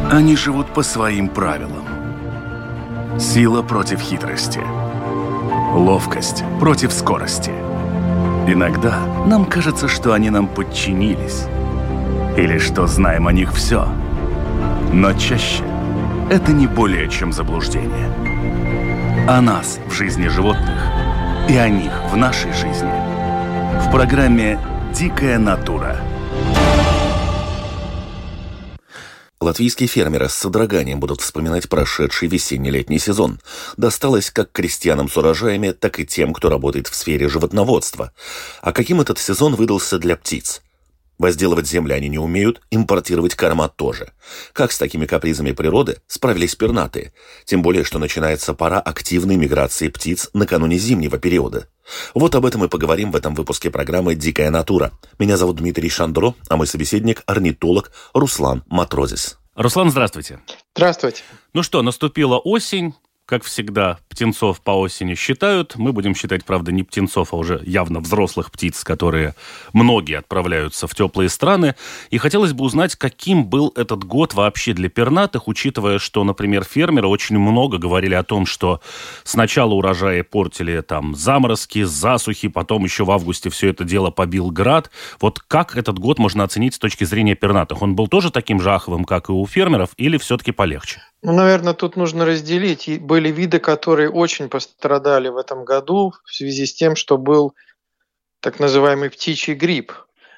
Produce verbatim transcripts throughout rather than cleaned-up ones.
Они живут по своим правилам. Сила против хитрости. Ловкость против скорости. Иногда нам кажется, что они нам подчинились. Или что знаем о них все. Но чаще это не более чем заблуждение. О нас в жизни животных и о них в нашей жизни. В программе «Дикая натура». Латвийские фермеры с содроганием будут вспоминать прошедший весенне-летний сезон. Досталось как крестьянам с урожаями, так и тем, кто работает в сфере животноводства. А каким этот сезон выдался для птиц? Возделывать земли они не умеют, импортировать корма тоже. Как с такими капризами природы справились пернатые? Тем более, что начинается пора активной миграции птиц накануне зимнего периода. Вот об этом и поговорим в этом выпуске программы «Дикая натура». Меня зовут Дмитрий Шандро, а мой собеседник – орнитолог Руслан Матрозис. Руслан, здравствуйте. Здравствуйте. Ну что, наступила осень. Как всегда, птенцов по осени считают. Мы будем считать, правда, не птенцов, а уже явно взрослых птиц, которые многие отправляются в теплые страны. И хотелось бы узнать, каким был этот год вообще для пернатых, учитывая, что, например, фермеры очень много говорили о том, что сначала урожаи портили там заморозки, засухи, потом еще в августе все это дело побил град. Вот как этот год можно оценить с точки зрения пернатых? Он был тоже таким же аховым, как и у фермеров, или все-таки полегче? Ну, наверное, тут нужно разделить. И были виды, которые очень пострадали в этом году в связи с тем, что был так называемый птичий грипп.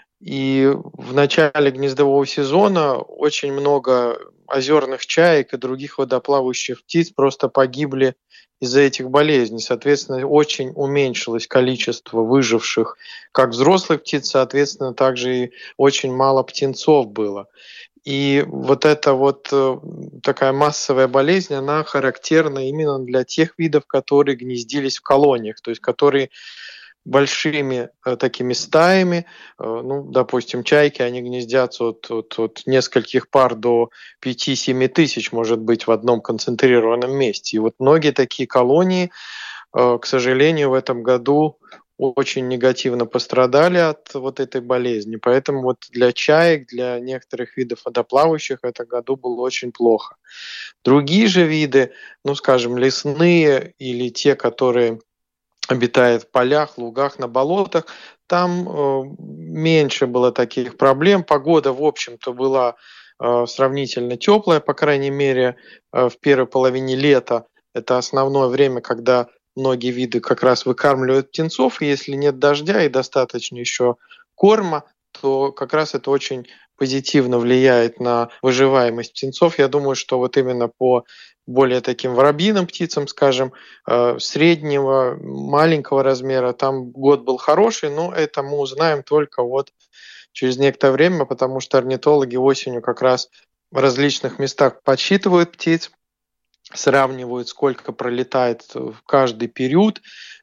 И в начале гнездового сезона очень много озерных чаек и других водоплавающих птиц просто погибли из-за этих болезней. Соответственно, очень уменьшилось количество выживших как взрослых птиц, соответственно, также и очень мало птенцов было. И вот эта вот такая массовая болезнь, она характерна именно для тех видов, которые гнездились в колониях, то есть которые большими такими стаями, ну, допустим, чайки, они гнездятся от, от, от нескольких пар до пяти-семи тысяч, может быть, в одном концентрированном месте. И вот многие такие колонии, к сожалению, в этом году очень негативно пострадали от вот этой болезни. Поэтому вот для чаек, для некоторых видов водоплавающих в этом году было очень плохо. Другие же виды, ну, скажем, лесные или те, которые обитают в полях, лугах, на болотах, там э, меньше было таких проблем. Погода, в общем-то, была э, сравнительно теплая, по крайней мере, э, в первой половине лета. Это основное время, когда многие виды как раз выкармливают птенцов, и если нет дождя и достаточно еще корма, то как раз это очень позитивно влияет на выживаемость птенцов. Я думаю, что вот именно по более таким воробьиным птицам, скажем, среднего, маленького размера, там год был хороший, но это мы узнаем только вот через некоторое время, потому что орнитологи осенью как раз в различных местах подсчитывают птиц, сравнивают, сколько пролетает в каждый период,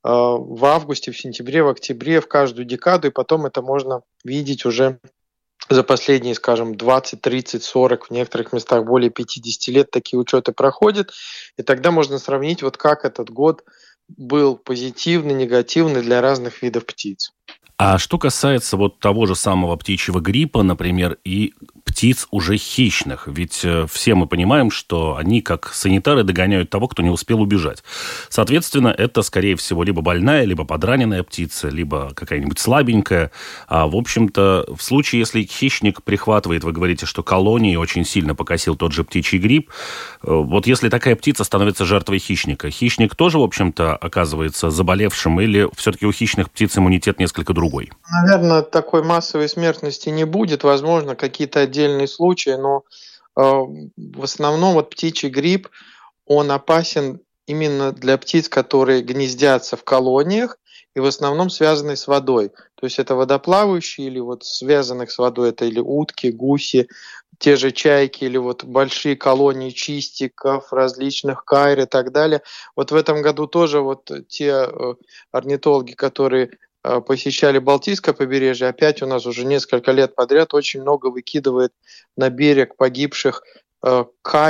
в августе, в сентябре, в октябре, в каждую декаду, и потом это можно видеть уже за последние, скажем, двадцать, тридцать, сорок, в некоторых местах более пятьдесят лет такие учеты проходят, и тогда можно сравнить, вот как этот год был позитивный, негативный для разных видов птиц. А что касается вот того же самого птичьего гриппа, например, и птиц уже хищных, ведь э, все мы понимаем, что они, как санитары, догоняют того, кто не успел убежать. Соответственно, это, скорее всего, либо больная, либо подраненная птица, либо какая-нибудь слабенькая. А, в общем-то, в случае, если хищник прихватывает, вы говорите, что колонии очень сильно покосил тот же птичий грипп, э, вот если такая птица становится жертвой хищника, хищник тоже, в общем-то, оказывается заболевшим, или все-таки у хищных птиц иммунитет несколько другой? Наверное, такой массовой смертности не будет. Возможно, какие-то отдельные случаи, но э, в основном вот птичий грипп, он опасен именно для птиц, которые гнездятся в колониях и в основном связаны с водой. То есть это водоплавающие или вот связанных с водой, это или утки, гуси, те же чайки или вот большие колонии чистиков, различных кайр и так далее. Вот в этом году тоже вот те э, орнитологи, которые посещали Балтийское побережье, опять у нас уже несколько лет подряд очень много выкидывает на берег погибших э, кайр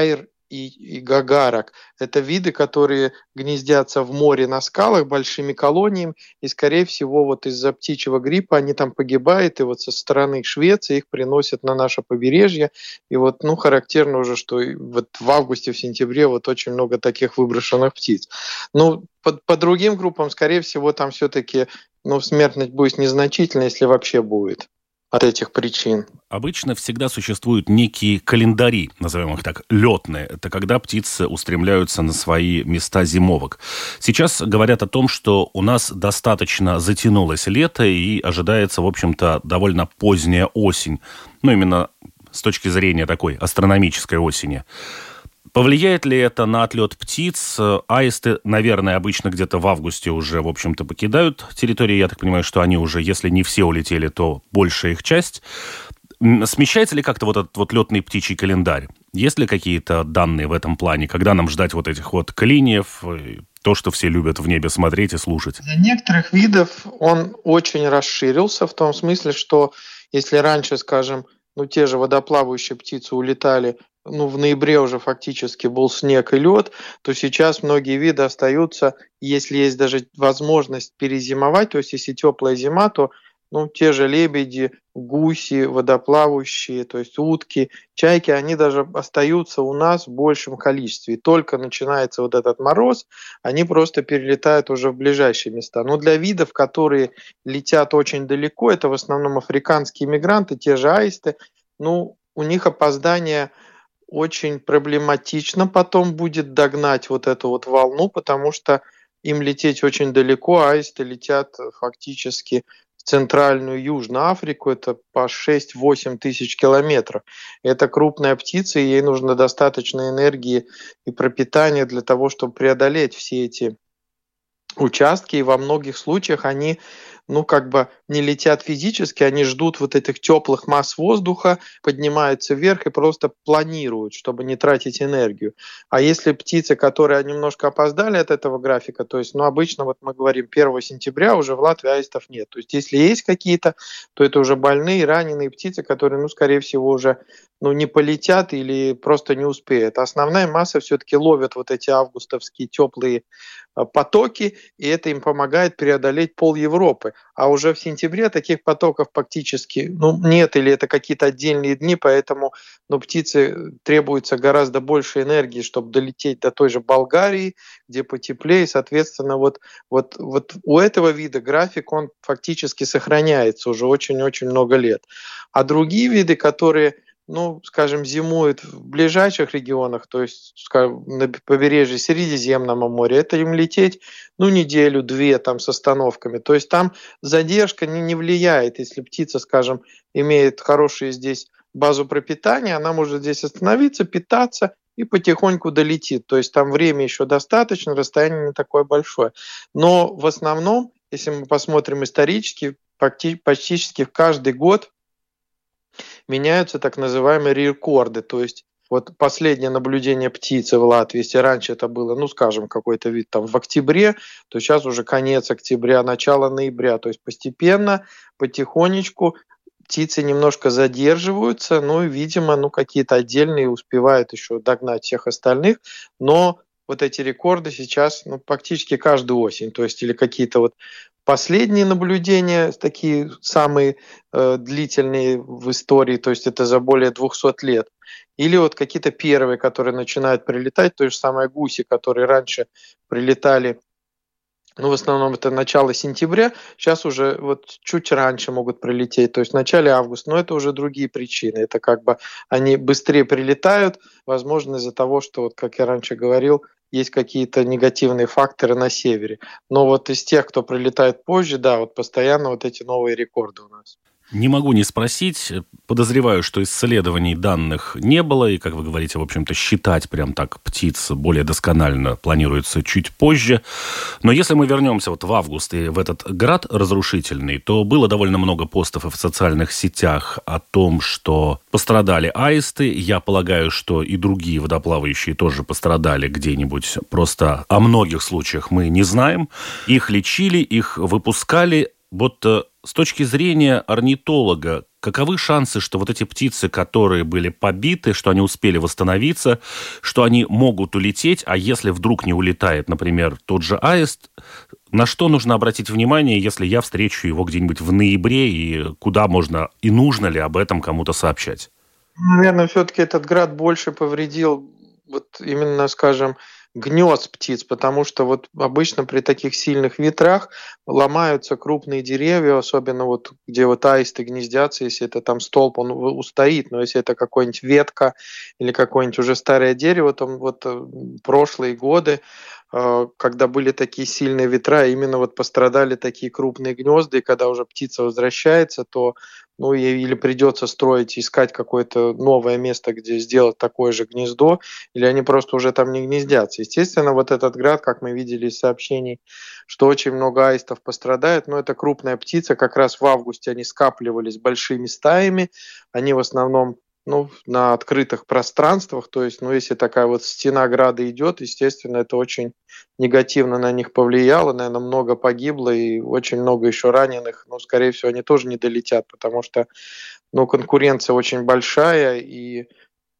и, и гагарок. Это виды, которые гнездятся в море на скалах большими колониями, и, скорее всего, вот из-за птичьего гриппа они там погибают, и вот со стороны Швеции их приносят на наше побережье. И вот, ну, характерно уже, что вот в августе, в сентябре вот очень много таких выброшенных птиц. Ну, по, по другим группам, скорее всего, там все-таки, ну, смертность будет незначительна, если вообще будет, от этих причин. Обычно всегда существуют некие календари, назовем их так, летные. Это когда птицы устремляются на свои места зимовок. Сейчас говорят о том, что у нас достаточно затянулось лето и ожидается, в общем-то, довольно поздняя осень. Ну, именно с точки зрения такой астрономической осени. Повлияет ли это на отлет птиц? Аисты, наверное, обычно где-то в августе уже, в общем-то, покидают территорию. Я так понимаю, что они уже, если не все улетели, то большая их часть. Смещается ли как-то вот этот вот летный птичий календарь? Есть ли какие-то данные в этом плане? Когда нам ждать вот этих вот клиньев, то, что все любят в небе смотреть и слушать? Для некоторых видов он очень расширился в том смысле, что если раньше, скажем, ну, те же водоплавающие птицы улетали, ну, в ноябре уже фактически был снег и лед, то сейчас многие виды остаются, если есть даже возможность перезимовать, то есть если теплая зима, то ну, те же лебеди, гуси, водоплавающие, то есть утки, чайки, они даже остаются у нас в большем количестве. И только начинается вот этот мороз, они просто перелетают уже в ближайшие места. Но для видов, которые летят очень далеко, это в основном африканские мигранты, те же аисты, ну, у них опоздание очень проблематично потом будет догнать вот эту вот волну, потому что им лететь очень далеко, аисты летят фактически в центральную Южную Африку, это по шесть-восемь тысяч километров. Это крупная птица, и ей нужно достаточно энергии и пропитания для того, чтобы преодолеть все эти участки, и во многих случаях они ну, как бы не летят физически, они ждут вот этих теплых масс воздуха, поднимаются вверх и просто планируют, чтобы не тратить энергию. А если птицы, которые немножко опоздали от этого графика, то есть, ну, обычно, вот мы говорим, первого сентября уже в Латвии аистов нет. То есть, если есть какие-то, то это уже больные, раненые птицы, которые, ну, скорее всего, уже ну, не полетят или просто не успеют. Основная масса все-таки ловят вот эти августовские теплые потоки, и это им помогает преодолеть пол Европы. А уже в сентябре таких потоков практически ну, нет, или это какие-то отдельные дни, поэтому ну, птице требуется гораздо больше энергии, чтобы долететь до той же Болгарии, где потеплее. Соответственно, вот, вот, вот у этого вида график, он фактически сохраняется уже очень-очень много лет. А другие виды, которые ну, скажем, зимуют в ближайших регионах, то есть, скажем, на побережье Средиземного моря, это им лететь, ну, неделю-две там с остановками. То есть там задержка не, не влияет. Если птица, скажем, имеет хорошую здесь базу пропитания, она может здесь остановиться, питаться и потихоньку долетит. То есть там время еще достаточно, расстояние не такое большое. Но в основном, если мы посмотрим исторически, практически каждый год меняются так называемые рекорды, то есть вот последнее наблюдение птицы в Латвии, если раньше это было, ну, скажем, какой-то вид там в октябре, то сейчас уже конец октября, начало ноября, то есть постепенно, потихонечку птицы немножко задерживаются, ну, и, видимо, ну, какие-то отдельные успевают еще догнать всех остальных, но вот эти рекорды сейчас, ну, практически каждую осень, то есть или какие-то вот последние наблюдения, такие самые э, длительные в истории, то есть это за более двухсот лет. Или вот какие-то первые, которые начинают прилетать, то же самое гуси, которые раньше прилетали, ну, в основном это начало сентября, сейчас уже вот чуть раньше могут прилететь, то есть в начале августа, но это уже другие причины. Это как бы они быстрее прилетают, возможно, из-за того, что, вот как я раньше говорил, есть какие-то негативные факторы на севере. Но вот из тех, кто прилетает позже, да, вот постоянно вот эти новые рекорды у нас. Не могу не спросить. Подозреваю, что исследований данных не было, и, как вы говорите, в общем-то, считать прям так птиц более досконально планируется чуть позже. Но если мы вернемся вот в август и в этот град разрушительный, то было довольно много постов в социальных сетях о том, что пострадали аисты. Я полагаю, что и другие водоплавающие тоже пострадали где-нибудь. Просто о многих случаях мы не знаем. Их лечили, их выпускали. Вот с точки зрения орнитолога, каковы шансы, что вот эти птицы, которые были побиты, что они успели восстановиться, что они могут улететь, а если вдруг не улетает, например, тот же аист, на что нужно обратить внимание, если я встречу его где-нибудь в ноябре, и куда можно и нужно ли об этом кому-то сообщать? Наверное, все-таки этот град больше повредил вот именно, скажем, гнезд птиц, потому что вот обычно при таких сильных ветрах ломаются крупные деревья, особенно вот где вот аисты гнездятся, если это там столб, он устоит, но если это какая-нибудь ветка или какое-нибудь уже старое дерево, то вот прошлые годы, когда были такие сильные ветра, именно вот пострадали такие крупные гнезда, и когда уже птица возвращается, то ну, или придется строить, искать какое-то новое место, где сделать такое же гнездо, или они просто уже там не гнездятся. Естественно, вот этот град, как мы видели из сообщений, что очень много аистов пострадает, но это крупная птица, как раз в августе они скапливались большими стаями, они в основном ну, на открытых пространствах, то есть, ну, если такая вот стена града идет, естественно, это очень негативно на них повлияло, наверное, много погибло и очень много еще раненых, но, скорее всего, они тоже не долетят, потому что, ну, конкуренция очень большая и, э,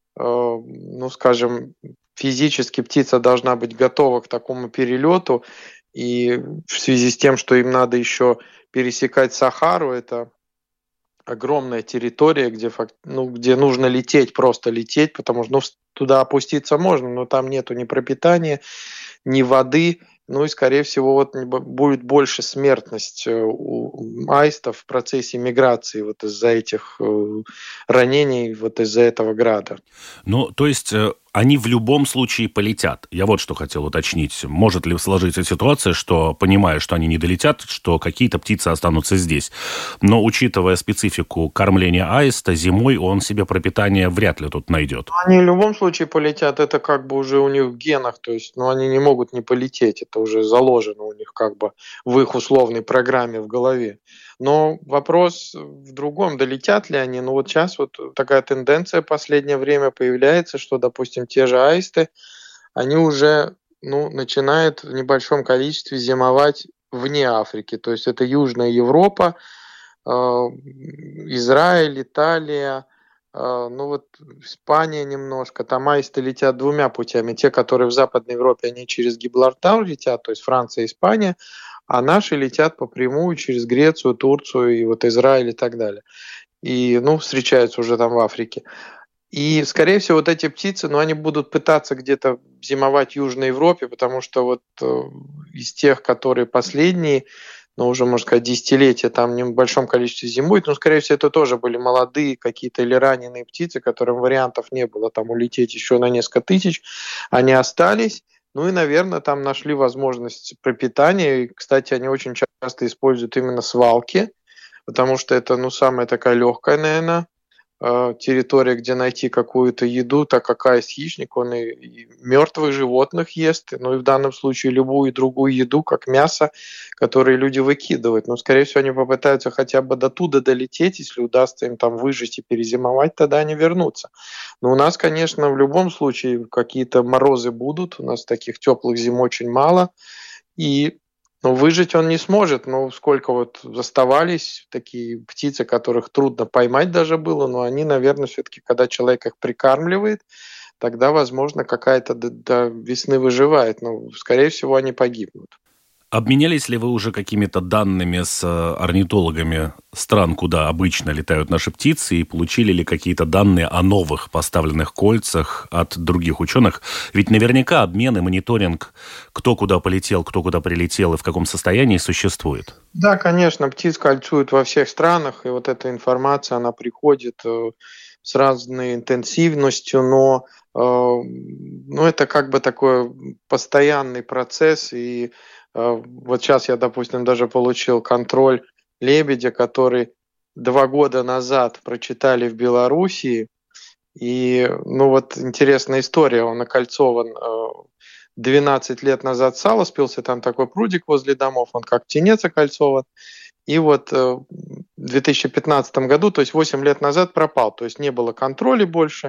ну, скажем, физически птица должна быть готова к такому перелету, и в связи с тем, что им надо еще пересекать Сахару, это огромная территория, где, ну, где нужно лететь, просто лететь, потому что ну, туда опуститься можно, но там нету ни пропитания, ни воды, ну и, скорее всего, вот будет больше смертность у аистов в процессе миграции вот из-за этих ранений, вот из-за этого града. Ну, то есть они в любом случае полетят. Я вот что хотел уточнить. Может ли сложиться ситуация, что, понимая, что они не долетят, что какие-то птицы останутся здесь? Но, учитывая специфику кормления аиста, зимой он себе пропитание вряд ли тут найдет. Они в любом случае полетят. Это как бы уже у них в генах. То есть, ну, они не могут не полететь. Это уже заложено у них как бы в их условной программе в голове. Но вопрос в другом, долетят ли они. Ну вот сейчас вот такая тенденция в последнее время появляется, что, допустим, те же аисты, они уже ну, начинают в небольшом количестве зимовать вне Африки. То есть это Южная Европа, э, Израиль, Италия, э, ну вот Испания немножко. Там аисты летят двумя путями. Те, которые в Западной Европе, они через Гибралтар летят, то есть Франция, Испания, а наши летят попрямую через Грецию, Турцию и вот Израиль и так далее. И, ну, встречаются уже там в Африке. И, скорее всего, вот эти птицы, ну, они будут пытаться где-то зимовать в Южной Европе, потому что вот э, из тех, которые последние, ну, уже, можно сказать, десятилетия там в большом количестве зимуют, но, скорее всего, это тоже были молодые какие-то или раненые птицы, которым вариантов не было там улететь еще на несколько тысяч, они остались. Ну и, наверное, там нашли возможность пропитания. И, кстати, они очень часто используют именно свалки, потому что это, ну, самая такая легкая, наверное, территория, где найти какую-то еду, так как аист хищник, он и, и мертвых животных ест, ну и в данном случае любую другую еду, как мясо, которое люди выкидывают. Но, скорее всего, они попытаются хотя бы до туда долететь, если удастся им там выжить и перезимовать, тогда они вернутся. Но у нас, конечно, в любом случае какие-то морозы будут, у нас таких теплых зим очень мало, и но выжить он не сможет. Ну, сколько вот оставались такие птицы, которых трудно поймать даже было, но они, наверное, все-таки, когда человек их прикармливает, тогда, возможно, какая-то до, до весны выживает. Но, скорее всего, они погибнут. Обменялись ли вы уже какими-то данными с орнитологами стран, куда обычно летают наши птицы, и получили ли какие-то данные о новых поставленных кольцах от других ученых? Ведь наверняка обмен и мониторинг, кто куда полетел, кто куда прилетел и в каком состоянии, существует. Да, конечно, птиц кольцуют во всех странах, и вот эта информация, она приходит с разной интенсивностью, но ну, это как бы такой постоянный процесс, и вот сейчас я, допустим, даже получил контроль лебедя, который два года назад прочитали в Белоруссии. И, ну вот, интересная история. Он окольцован двенадцать лет назад сало спился, там такой прудик возле домов, он как птенец окольцован. И вот в две тысячи пятнадцатом году, то есть восемь лет назад, пропал. То есть не было контроля больше.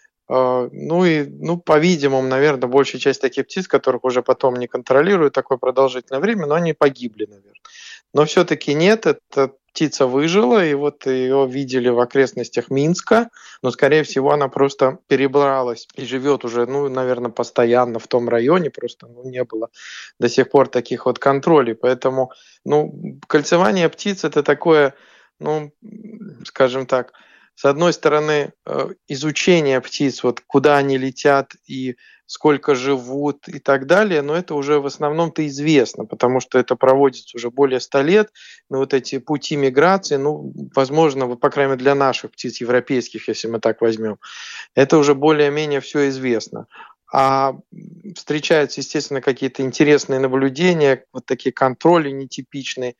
Ну и, ну, по-видимому, наверное, большая часть таких птиц, которых уже потом не контролируют такое продолжительное время, но они погибли, наверное. Но все-таки нет, это птица выжила, и вот ее видели в окрестностях Минска, но, скорее всего, она просто перебралась и живет уже, ну, наверное, постоянно в том районе, просто ну, не было до сих пор таких вот контролей. Поэтому, ну, кольцевание птиц – это такое, ну, скажем так, с одной стороны, изучение птиц, вот куда они летят и сколько живут и так далее, но это уже в основном-то известно, потому что это проводится уже более ста лет. Но вот эти пути миграции, ну, возможно, по крайней мере, для наших птиц европейских, если мы так возьмем, это уже более-менее все известно. А встречаются, естественно, какие-то интересные наблюдения, вот такие контроли нетипичные.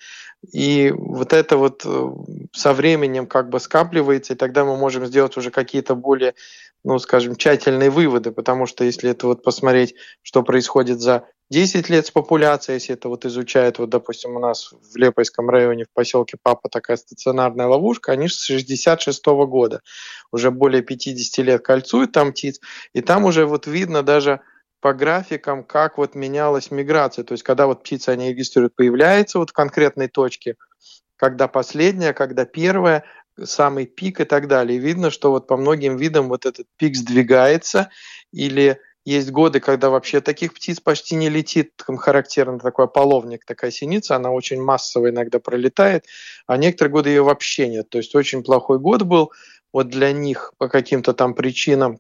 И вот это вот со временем как бы скапливается, и тогда мы можем сделать уже какие-то более, ну, скажем, тщательные выводы, потому что если это вот посмотреть, что происходит за десять лет с популяцией, если это вот изучают, вот, допустим, у нас в Лепойском районе, в поселке Папа такая стационарная ловушка, они с шестьдесят шестого года, уже более пятьдесят лет кольцуют там птиц, и там уже вот видно даже по графикам, как вот менялась миграция, то есть когда вот птица, они регистрируют, появляется вот в конкретной точке, когда последняя, когда первая, самый пик и так далее. И видно, что вот по многим видам вот этот пик сдвигается, или есть годы, когда вообще таких птиц почти не летит, там характерно такой ополовник, такая синица, она очень массово иногда пролетает, а некоторые годы ее вообще нет. То есть очень плохой год был вот для них по каким-то там причинам,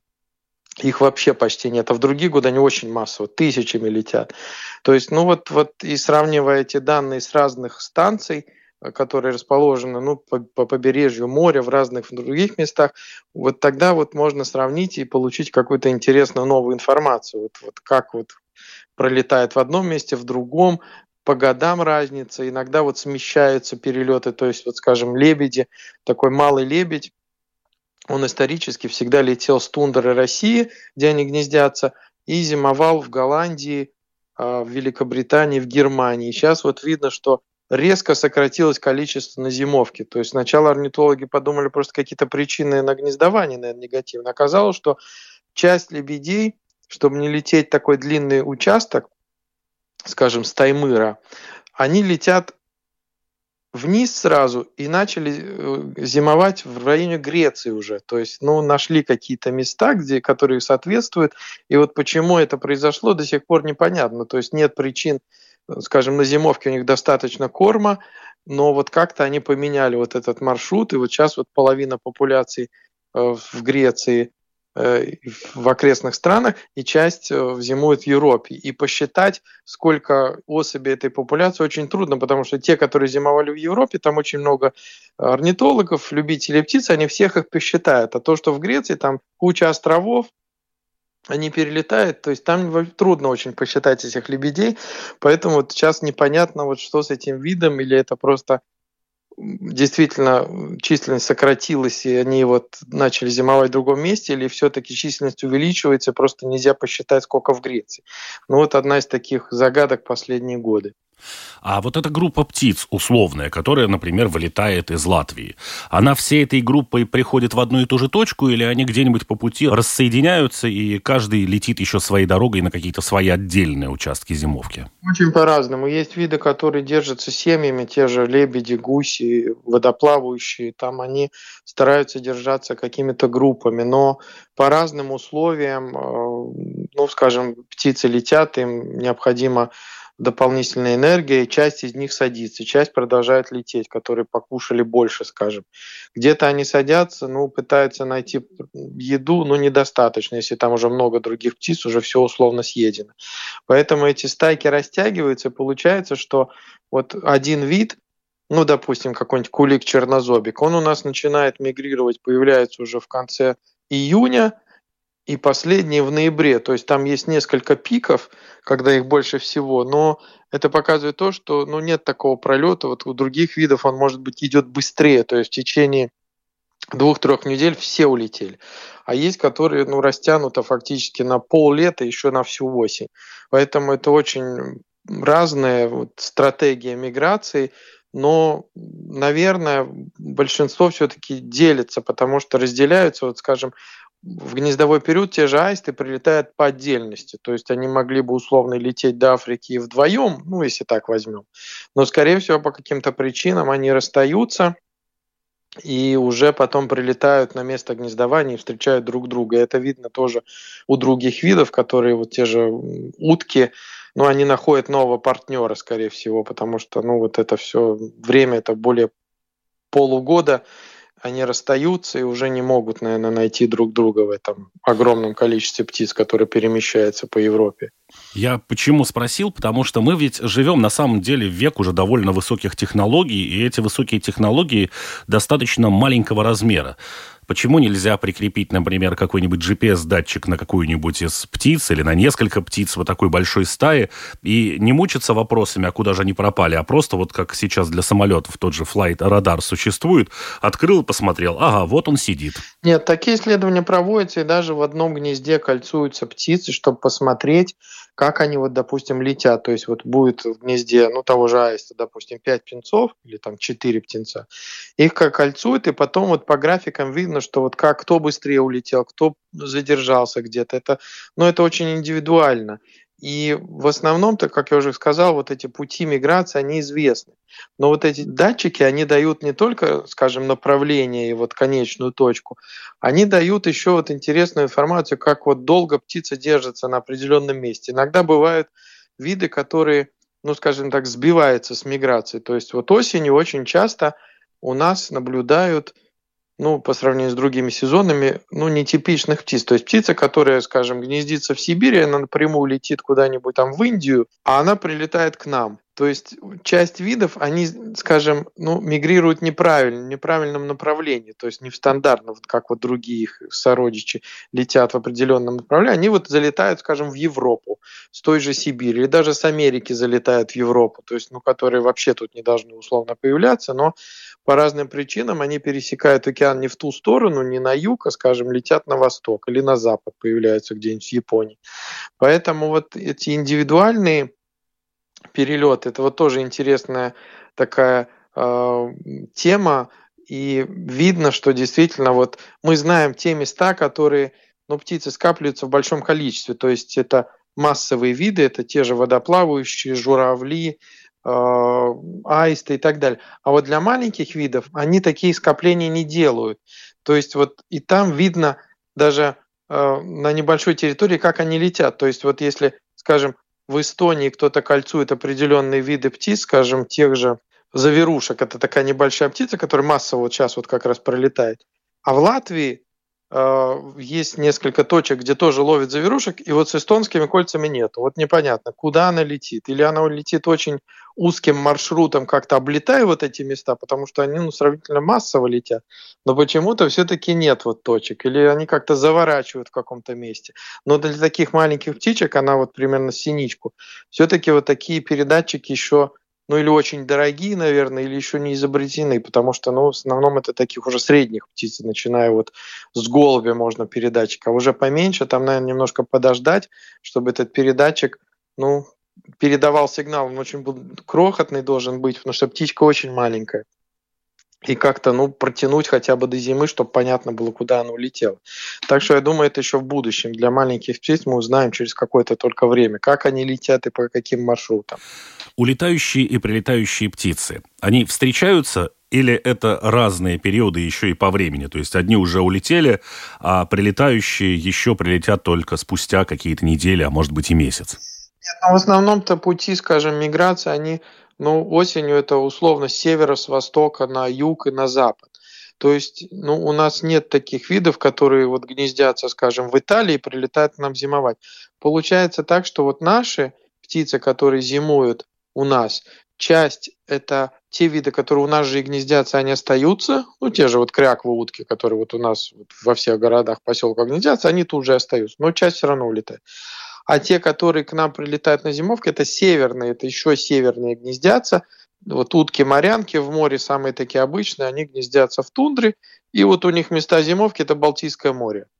их вообще почти нет, а в другие годы они очень массово, тысячами летят. То есть, ну вот, вот и сравнивая эти данные с разных станций, которые расположены ну, по, по побережью моря в разных в других местах, вот тогда вот можно сравнить и получить какую-то интересную новую информацию. Вот, вот как вот пролетает в одном месте, в другом, по годам разница, иногда вот смещаются перелеты, то есть вот, скажем, лебеди, такой малый лебедь, он исторически всегда летел с тундры России, где они гнездятся, и зимовал в Голландии, в Великобритании, в Германии. И сейчас вот видно, что резко сократилось количество на зимовке. То есть сначала орнитологи подумали просто какие-то причины на гнездование, наверное, негативно. Оказалось, что часть лебедей, чтобы не лететь такой длинный участок, скажем, с Таймыра, они летят вниз сразу и начали зимовать в районе Греции уже. То есть, ну, нашли какие-то места, где, которые соответствуют. И вот почему это произошло, до сих пор непонятно. То есть нет причин, скажем, на зимовке у них достаточно корма, но вот как-то они поменяли вот этот маршрут, и вот сейчас вот половина популяции в Греции, в окрестных странах, и часть зимует в Европе. И посчитать, сколько особей этой популяции, очень трудно, потому что те, которые зимовали в Европе, там очень много орнитологов, любителей птиц, они всех их посчитают. А то, что в Греции, там куча островов, они перелетают, то есть там трудно очень посчитать этих лебедей, поэтому вот сейчас непонятно, вот что с этим видом, или это просто действительно численность сократилась, и они вот начали зимовать в другом месте, или все-таки численность увеличивается, просто нельзя посчитать, сколько в Греции. Ну вот одна из таких загадок последние годы. А вот эта группа птиц условная, которая, например, вылетает из Латвии, она всей этой группой приходит в одну и ту же точку, или они где-нибудь по пути рассоединяются, и каждый летит еще своей дорогой на какие-то свои отдельные участки зимовки? Очень по-разному. Есть виды, которые держатся семьями, те же лебеди, гуси, водоплавающие, там они стараются держаться какими-то группами, но по разным условиям, ну, скажем, птицы летят, им необходимо дополнительная энергия, и часть из них садится, часть продолжает лететь, которые покушали больше, скажем. Где-то они садятся, ну, пытаются найти еду, но недостаточно, если там уже много других птиц, уже все условно съедено. Поэтому эти стайки растягиваются, и получается, что вот один вид, ну, допустим, какой-нибудь кулик-чернозобик, он у нас начинает мигрировать, появляется уже в конце июня, и последние в ноябре. То есть там есть несколько пиков, когда их больше всего, но это показывает то, что ну, нет такого пролета. Вот у других видов он, может быть, идет быстрее, то есть в течение двух-трех недель все улетели. А есть, которые ну, растянуты фактически на пол-лета, еще на всю осень. Поэтому это очень разная вот, стратегия миграции, но, наверное, большинство все-таки делится, потому что разделяются, вот, скажем, в гнездовой период те же аисты прилетают по отдельности. То есть они могли бы условно лететь до Африки вдвоем, ну, если так возьмем. Но, скорее всего, по каким-то причинам они расстаются и уже потом прилетают на место гнездования и встречают друг друга. И это видно тоже у других видов, которые вот те же утки, ну, они находят нового партнера, скорее всего, потому что, ну, вот это все время, это более полугода, они расстаются и уже не могут, наверное, найти друг друга в этом огромном количестве птиц, которые перемещаются по Европе. Я почему спросил? Потому что мы ведь живем на самом деле в век уже довольно высоких технологий, и эти высокие технологии достаточно маленького размера. Почему нельзя прикрепить, например, какой-нибудь джи пи эс-датчик на какую-нибудь из птиц или на несколько птиц вот такой большой стаи и не мучиться вопросами, а куда же они пропали, а просто вот как сейчас для самолетов тот же Flight Radar существует, открыл, посмотрел, ага, вот он сидит. Нет, такие исследования проводятся, и даже в одном гнезде кольцуются птицы, чтобы посмотреть, как они, вот, допустим, летят. То есть вот будет в гнезде, ну, того же аиста, допустим, пять птенцов или там четыре птенца. Их как кольцуют, и потом вот по графикам видно, что вот как кто быстрее улетел, кто задержался где-то. Это, ну, это очень индивидуально. И в основном-то, как я уже сказал, вот эти пути миграции, они известны. Но вот эти датчики, они дают не только, скажем, направление и вот конечную точку, они дают еще вот интересную информацию, как вот долго птица держится на определенном месте. Иногда бывают виды, которые, ну, скажем так, сбиваются с миграцией. То есть вот осенью очень часто у нас наблюдают, ну, по сравнению с другими сезонами, ну, нетипичных птиц. То есть птица, которая, скажем, гнездится в Сибири, она напрямую летит куда-нибудь там в Индию, а она прилетает к нам. То есть часть видов, они, скажем, ну, мигрируют неправильно, в неправильном направлении, то есть не в стандартном, как вот другие их сородичи летят в определенном направлении, они вот залетают, скажем, в Европу с той же Сибири, или даже с Америки залетают в Европу, то есть, ну, которые вообще тут не должны условно появляться, но по разным причинам они пересекают океан не в ту сторону, не на юг, а, скажем, летят на восток или на запад, появляются где-нибудь в Японии. Поэтому вот эти индивидуальные перелет, это вот тоже интересная такая э, тема, и видно, что действительно вот мы знаем те места, которые, ну, птицы скапливаются в большом количестве, то есть это массовые виды, это те же водоплавающие, журавли, э, аисты и так далее. А вот для маленьких видов они такие скопления не делают. То есть вот и там видно даже э, на небольшой территории, как они летят. То есть вот если, скажем, в Эстонии кто-то кольцует определенные виды птиц, скажем, тех же заверушек, это такая небольшая птица, которая массово вот сейчас вот как раз пролетает. А в Латвии э, есть несколько точек, где тоже ловят заверушек, и вот с эстонскими кольцами нету. Вот непонятно, куда она летит. Или она летит очень узким маршрутом, как-то облетая вот эти места, потому что они, ну, сравнительно массово летят, но почему-то все-таки нет вот точек, или они как-то заворачивают в каком-то месте. Но для таких маленьких птичек, она вот примерно синичку, все-таки вот такие передатчики еще, ну, или очень дорогие, наверное, или еще не изобретены, потому что, ну, в основном это таких уже средних птиц, начиная вот с голубя можно передатчик, а уже поменьше, там, наверное, немножко подождать, чтобы этот передатчик, ну, передавал сигнал, он очень крохотный должен быть, потому что птичка очень маленькая. И как-то, ну, протянуть хотя бы до зимы, чтобы понятно было, куда она улетела. Так что я думаю, это еще в будущем. Для маленьких птиц мы узнаем через какое-то только время, как они летят и по каким маршрутам. Улетающие и прилетающие птицы, они встречаются или это разные периоды еще и по времени? То есть одни уже улетели, а прилетающие еще прилетят только спустя какие-то недели, а может быть и месяц? Нет, ну, в основном-то пути, скажем, миграции, они, ну, осенью это условно с севера, с востока на юг и на запад. То есть, ну, у нас нет таких видов, которые вот гнездятся, скажем, в Италии и прилетают к нам зимовать. Получается так, что вот наши птицы, которые зимуют у нас, часть это те виды, которые у нас же и гнездятся, они остаются. Ну, те же вот кряквы, утки, которые вот у нас вот во всех городах, поселках гнездятся, они тут же остаются. Но часть все равно улетает. А те, которые к нам прилетают на зимовку, это северные, это еще северные гнездятся. Вот утки-морянки в море самые такие обычные, они гнездятся в тундре. И вот у них места зимовки – это Балтийское море.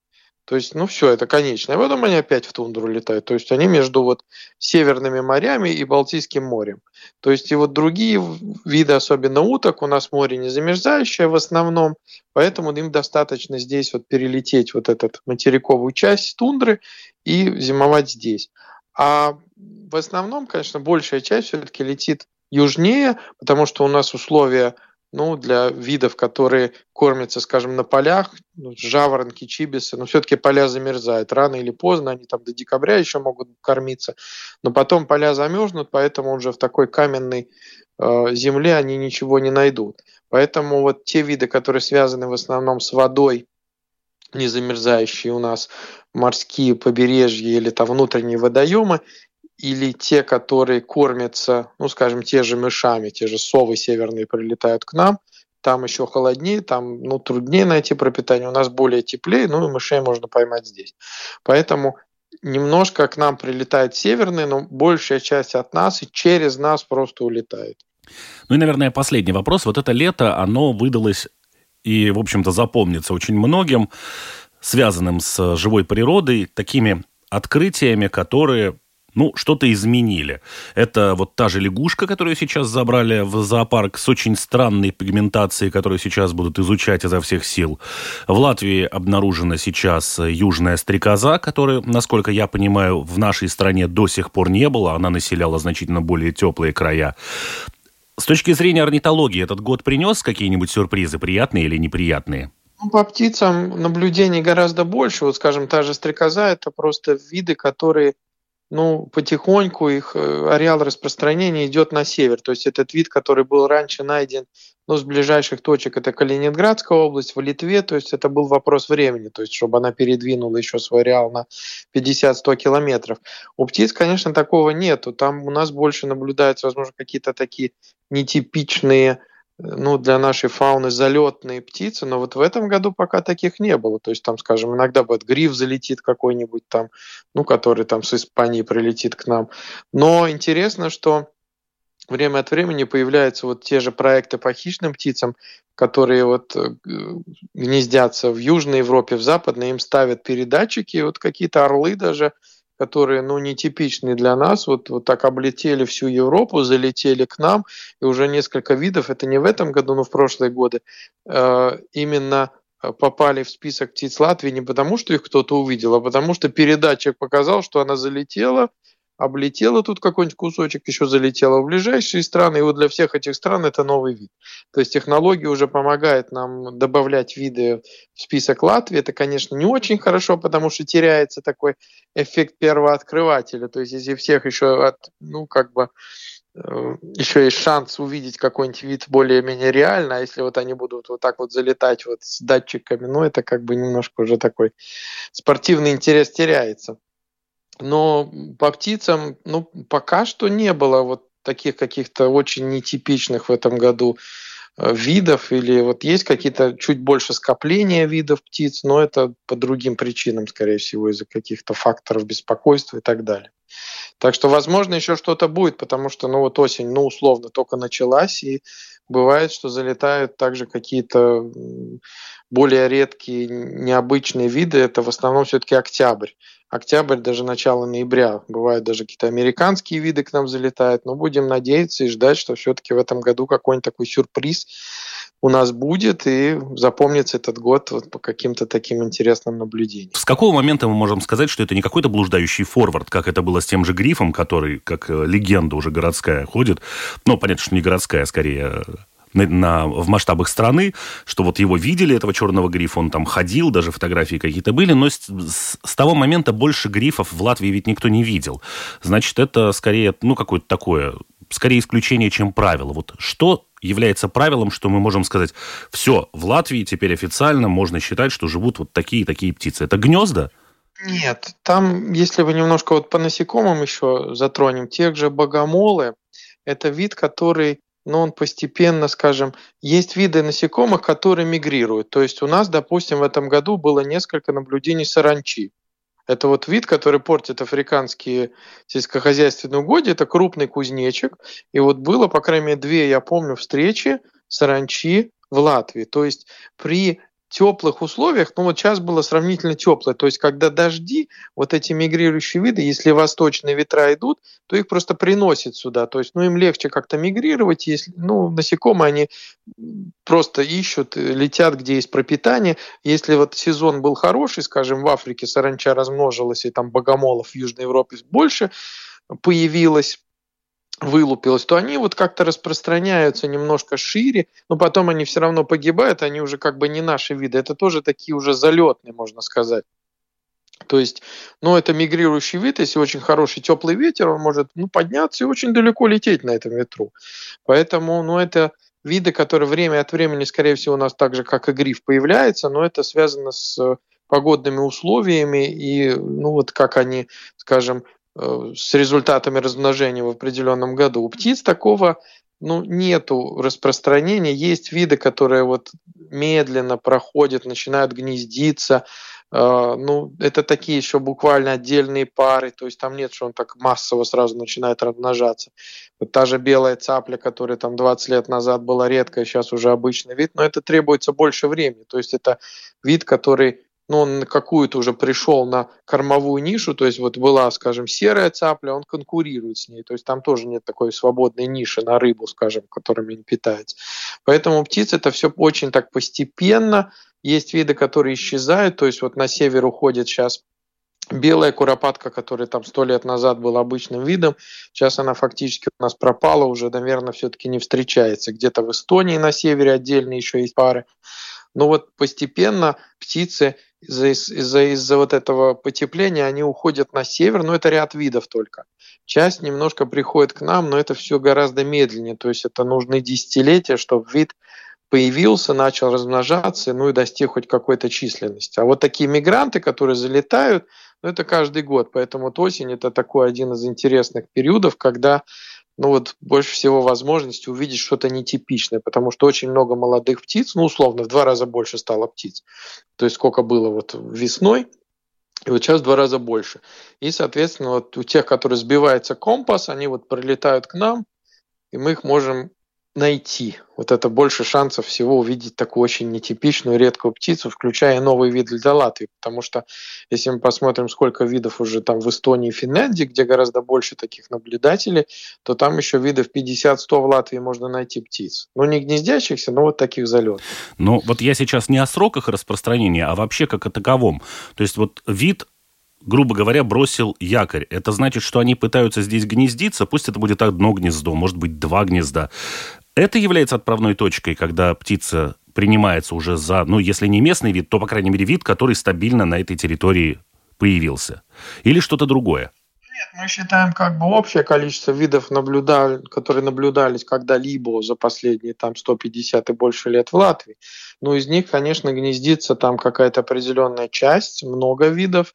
То есть, ну все, это конечно. И потом они опять в тундру летают. То есть они между вот северными морями и Балтийским морем. То есть и вот другие виды, особенно уток, у нас море не замерзающее в основном, поэтому им достаточно здесь вот перелететь вот эту материковую часть тундры и зимовать здесь. А в основном, конечно, большая часть все-таки летит южнее, потому что у нас условия, ну, для видов, которые кормятся, скажем, на полях, ну, жаворонки, чибисы, но все-таки поля замерзают. Рано или поздно они там до декабря еще могут кормиться, но потом поля замерзнут, поэтому уже в такой каменной э, земле они ничего не найдут. Поэтому вот те виды, которые связаны в основном с водой, не замерзающие у нас, морские побережья или там внутренние водоемы, или те, которые кормятся, ну, скажем, те же мышами, те же совы северные прилетают к нам, там еще холоднее, там, ну, труднее найти пропитание, у нас более теплее, ну, и мышей можно поймать здесь. Поэтому немножко к нам прилетает северные, но большая часть от нас и через нас просто улетает. Ну и, наверное, последний вопрос. Вот это лето, оно выдалось и, в общем-то, запомнится очень многим, связанным с живой природой, такими открытиями, которые, ну, что-то изменили. Это вот та же лягушка, которую сейчас забрали в зоопарк с очень странной пигментацией, которую сейчас будут изучать изо всех сил. В Латвии обнаружена сейчас южная стрекоза, которая, насколько я понимаю, в нашей стране до сих пор не было. Она населяла значительно более теплые края. С точки зрения орнитологии, этот год принес какие-нибудь сюрпризы, приятные или неприятные? Ну, по птицам наблюдений гораздо больше. Вот, скажем, та же стрекоза – это просто виды, которые, ну, потихоньку их ареал распространения идет на север. То есть этот вид, который был раньше найден, ну, с ближайших точек, это Калининградская область, в Литве, то есть это был вопрос времени, то есть чтобы она передвинула еще свой ареал на пятьдесят-сто километров. У птиц, конечно, такого нету. Там у нас больше наблюдаются, возможно, какие-то такие нетипичные, ну, для нашей фауны залетные птицы, но вот в этом году пока таких не было. То есть там, скажем, иногда бывает гриф залетит какой-нибудь там, ну, который там с Испании прилетит к нам. Но интересно, что время от времени появляются вот те же проекты по хищным птицам, которые вот гнездятся в Южной Европе, в Западной, им ставят передатчики, вот какие-то орлы даже, которые, ну, нетипичные для нас, вот, вот так облетели всю Европу, залетели к нам, и уже несколько видов, это не в этом году, но в прошлые годы, э, именно попали в список птиц Латвии не потому, что их кто-то увидел, а потому что передатчик показал, что она залетела, облетела тут какой-нибудь кусочек, еще залетела в ближайшие страны, и вот для всех этих стран это новый вид. То есть технология уже помогает нам добавлять виды в список Латвии. Это, конечно, не очень хорошо, потому что теряется такой эффект первооткрывателя. То есть если всех еще, от, ну, как бы, э, еще есть шанс увидеть какой-нибудь вид более-менее реально, а если вот они будут вот так вот залетать вот с датчиками, ну, это как бы немножко уже такой спортивный интерес теряется. Но по птицам, ну, пока что не было вот таких каких-то очень нетипичных в этом году видов, или вот есть какие-то чуть больше скопления видов птиц, но это по другим причинам, скорее всего, из-за каких-то факторов беспокойства и так далее. Так что, возможно, еще что-то будет, потому что, ну, вот осень, ну, условно, только началась, и бывает, что залетают также какие-то более редкие, необычные виды. Это в основном все-таки октябрь. Октябрь, даже начало ноября. Бывают даже какие-то американские виды к нам залетают. Но будем надеяться и ждать, что все-таки в этом году какой-нибудь такой сюрприз у нас будет, и запомнится этот год вот по каким-то таким интересным наблюдениям. С какого момента мы можем сказать, что это не какой-то блуждающий форвард, как это было с тем же грифом, который, как легенда уже городская, ходит? Ну, понятно, что не городская, а скорее на, на, в масштабах страны, что вот его видели, этого черного грифа, он там ходил, даже фотографии какие-то были, но с, с, с того момента больше грифов в Латвии ведь никто не видел. Значит, это скорее, ну, какое-то такое, скорее исключение, чем правило. Вот что является правилом, что мы можем сказать, все, в Латвии теперь официально можно считать, что живут вот такие и такие птицы. Это гнезда? Нет, там, если вы немножко вот по насекомым еще затронем, тех же богомолы, это вид, который, ну, он постепенно, скажем, есть виды насекомых, которые мигрируют. То есть у нас, допустим, в этом году было несколько наблюдений саранчи. Это вот вид, который портит африканские сельскохозяйственные угодья. Это крупный кузнечик. И вот было, по крайней мере, две, я помню, встречи саранчи в Латвии. То есть при теплых условиях, ну вот сейчас было сравнительно теплое, то есть когда дожди, вот эти мигрирующие виды, если восточные ветра идут, то их просто приносит сюда, то есть ну им легче как-то мигрировать, если, ну насекомые они просто ищут, летят, где есть пропитание. Если вот сезон был хороший, скажем, в Африке саранча размножилась, и там богомолов в Южной Европе больше появилось, вылупилось, то они вот как-то распространяются немножко шире, но потом они все равно погибают, они уже как бы не наши виды. Это тоже такие уже залетные, можно сказать. То есть, ну, это мигрирующий вид, если очень хороший теплый ветер, он может ну, подняться и очень далеко лететь на этом ветру. Поэтому, ну, это виды, которые время от времени, скорее всего, у нас так же, как и гриф, появляются, но это связано с погодными условиями и, ну, вот как они, скажем, с результатами размножения в определенном году. У птиц такого ну, нету распространения. Есть виды, которые вот медленно проходят, начинают гнездиться. Ну, это такие еще буквально отдельные пары, то есть там нет, что он так массово сразу начинает размножаться. Вот та же белая цапля, которая там двадцать лет назад была редкая, сейчас уже обычный вид, но это требуется больше времени. То есть это вид, который ну, он на какую-то уже пришел на кормовую нишу, то есть вот была, скажем, серая цапля, он конкурирует с ней, то есть там тоже нет такой свободной ниши на рыбу, скажем, которыми не питается. Поэтому у птиц это все очень так постепенно, есть виды, которые исчезают, то есть вот на север уходит сейчас белая куропатка, которая там сто лет назад была обычным видом, сейчас она фактически у нас пропала, уже, наверное, все-таки не встречается. Где-то в Эстонии на севере отдельно еще есть пары. Но вот постепенно птицы из-за, из-за, из-за вот этого потепления, они уходят на север, но это ряд видов только. Часть немножко приходит к нам, но это все гораздо медленнее, то есть это нужны десятилетия, чтобы вид появился, начал размножаться, ну и достиг хоть какой-то численности. А вот такие мигранты, которые залетают, ну это каждый год, поэтому вот осень это такой один из интересных периодов, когда ну вот больше всего возможности увидеть что-то нетипичное, потому что очень много молодых птиц, ну условно в два раза больше стало птиц, то есть сколько было вот весной, и вот сейчас в два раза больше. И, соответственно, вот у тех, которые сбивается компас, они вот прилетают к нам, и мы их можем найти. Вот это больше шансов всего увидеть такую очень нетипичную, редкую птицу, включая новый вид для Латвии. Потому что если мы посмотрим, сколько видов уже там в Эстонии и Финляндии, где гораздо больше таких наблюдателей, то там еще видов пятьдесят-сто в Латвии можно найти птиц. Ну, не гнездящихся, но вот таких залетных. Ну, вот я сейчас не о сроках распространения, а вообще как о таковом. То есть вот вид, грубо говоря, бросил якорь. Это значит, что они пытаются здесь гнездиться, пусть это будет одно гнездо, может быть, два гнезда. Это является отправной точкой, когда птица принимается уже за, ну, если не местный вид, то, по крайней мере, вид, который стабильно на этой территории появился. Или что-то другое? Нет, мы считаем как бы общее количество видов, наблюдали, которые наблюдались когда-либо за последние там сто пятьдесят и больше лет в Латвии. Ну, из них, конечно, гнездится там какая-то определенная часть, много видов,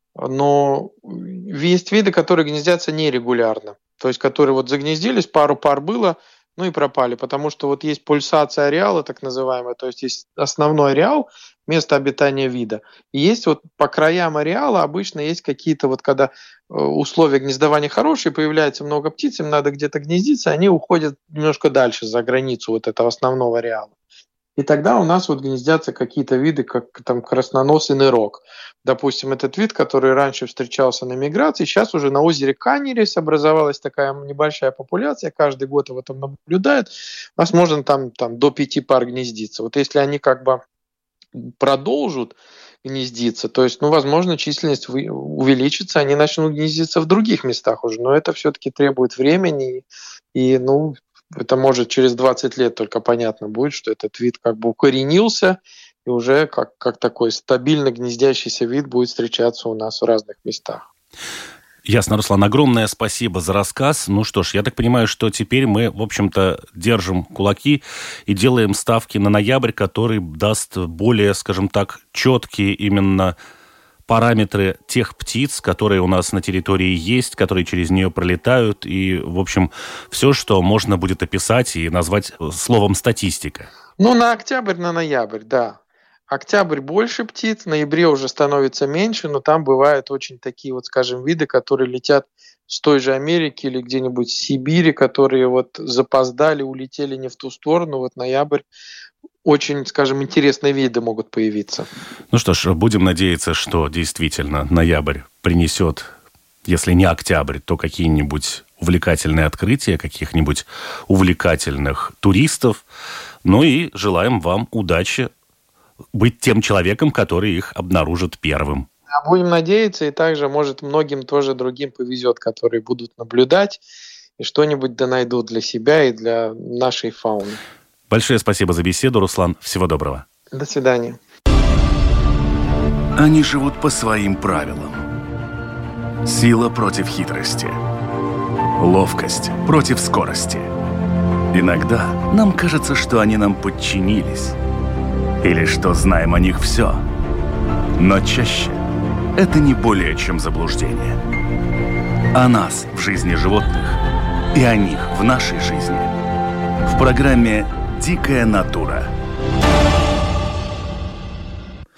но есть виды, которые гнездятся нерегулярно. То есть, которые вот загнездились, пару пар было, ну и пропали, потому что вот есть пульсация ареала, так называемая, то есть есть основной ареал, место обитания вида. И есть вот по краям ареала обычно есть какие-то вот, когда условия гнездования хорошие, появляется много птиц, им надо где-то гнездиться, они уходят немножко дальше, за границу вот этого основного ареала. И тогда у нас вот гнездятся какие-то виды, как там красноносый нырок. Допустим, этот вид, который раньше встречался на миграции, сейчас уже на озере Канерис образовалась такая небольшая популяция, каждый год его там наблюдают. У нас можно там, там до пяти пар гнездиться. Вот если они как бы продолжат гнездиться, то есть, ну, возможно, численность увеличится, они начнут гнездиться в других местах уже, но это все-таки требует времени, и, ну, это может через двадцать лет только понятно будет, что этот вид как бы укоренился, и уже как, как такой стабильно гнездящийся вид будет встречаться у нас в разных местах. Ясно, Руслан. Огромное спасибо за рассказ. Ну что ж, я так понимаю, что теперь мы, в общем-то, держим кулаки и делаем ставки на ноябрь, который даст более, скажем так, четкие именно параметры тех птиц, которые у нас на территории есть, которые через нее пролетают, и, в общем, все, что можно будет описать и назвать словом статистика. Ну, на октябрь, на ноябрь, да. Октябрь больше птиц, в ноябре уже становится меньше, но там бывают очень такие вот, скажем, виды, которые летят с той же Америки или где-нибудь в Сибири, которые вот запоздали, улетели не в ту сторону. Вот ноябрь очень, скажем, интересные виды могут появиться. Ну что ж, будем надеяться, что действительно ноябрь принесет, если не октябрь, то какие-нибудь увлекательные открытия, каких-нибудь увлекательных туристов. Ну и желаем вам удачи быть тем человеком, который их обнаружит первым. Будем надеяться, и также, может, многим тоже другим повезет, которые будут наблюдать и что-нибудь да найдут для себя и для нашей фауны. Большое спасибо за беседу, Руслан. Всего доброго. До свидания. Они живут по своим правилам. Сила против хитрости. Ловкость против скорости. Иногда нам кажется, что они нам подчинились. Или что знаем о них все. Но чаще это не более чем заблуждение. О нас в жизни животных и о них в нашей жизни. В программе «Дикая натура».